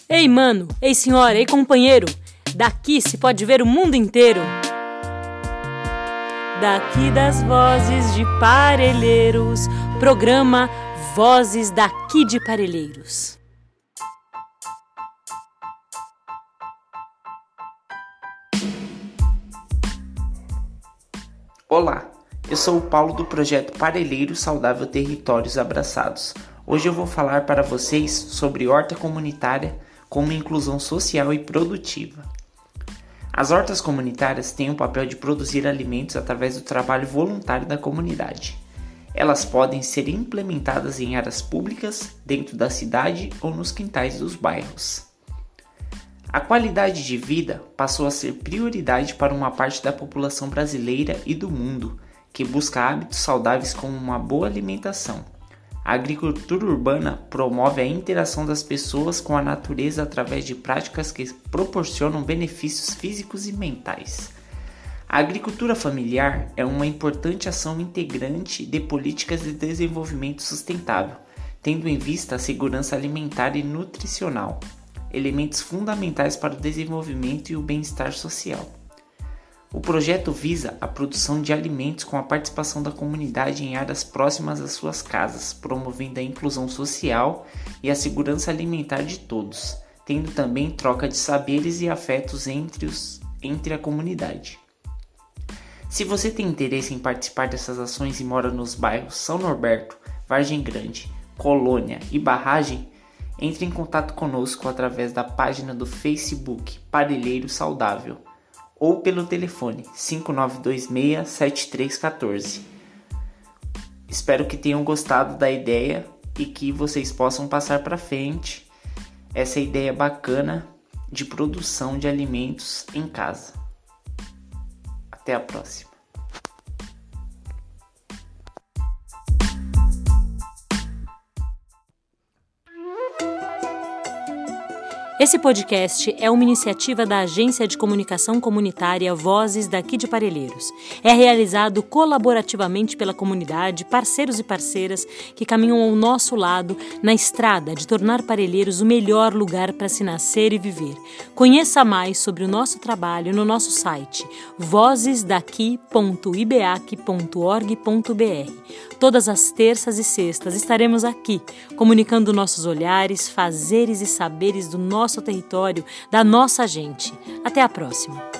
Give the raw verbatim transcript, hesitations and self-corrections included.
Ei, mano, ei, senhora, ei, companheiro, daqui se pode ver o mundo inteiro. Daqui das vozes de Parelheiros, programa Vozes daqui de Parelheiros. Olá, eu sou o Paulo do projeto Parelheiros Saudável Territórios Abraçados. Hoje eu vou falar para vocês sobre horta comunitária como inclusão social e produtiva. As hortas comunitárias têm o papel de produzir alimentos através do trabalho voluntário da comunidade. Elas podem ser implementadas em áreas públicas, dentro da cidade ou nos quintais dos bairros. A qualidade de vida passou a ser prioridade para uma parte da população brasileira e do mundo, que busca hábitos saudáveis como uma boa alimentação. A agricultura urbana promove a interação das pessoas com a natureza através de práticas que proporcionam benefícios físicos e mentais. A agricultura familiar é uma importante ação integrante de políticas de desenvolvimento sustentável, tendo em vista a segurança alimentar e nutricional, elementos fundamentais para o desenvolvimento e o bem-estar social. O projeto visa a produção de alimentos com a participação da comunidade em áreas próximas às suas casas, promovendo a inclusão social e a segurança alimentar de todos, tendo também troca de saberes e afetos entre, os, entre a comunidade. Se você tem interesse em participar dessas ações e mora nos bairros São Norberto, Vargem Grande, Colônia e Barragem, entre em contato conosco através da página do Facebook Parelheiro Saudável ou pelo telefone cinco nove dois seis, sete três um quatro. Espero que tenham gostado da ideia e que vocês possam passar para frente essa ideia bacana de produção de alimentos em casa. Até a próxima. Esse podcast é uma iniciativa da Agência de Comunicação Comunitária Vozes daqui de Parelheiros. É realizado colaborativamente pela comunidade, parceiros e parceiras que caminham ao nosso lado na estrada de tornar Parelheiros o melhor lugar para se nascer e viver. Conheça mais sobre o nosso trabalho no nosso site vozes daqui ponto i b a c ponto org ponto b r. Todas as terças e sextas estaremos aqui, comunicando nossos olhares, fazeres e saberes do nosso território, da nossa gente. Até a próxima!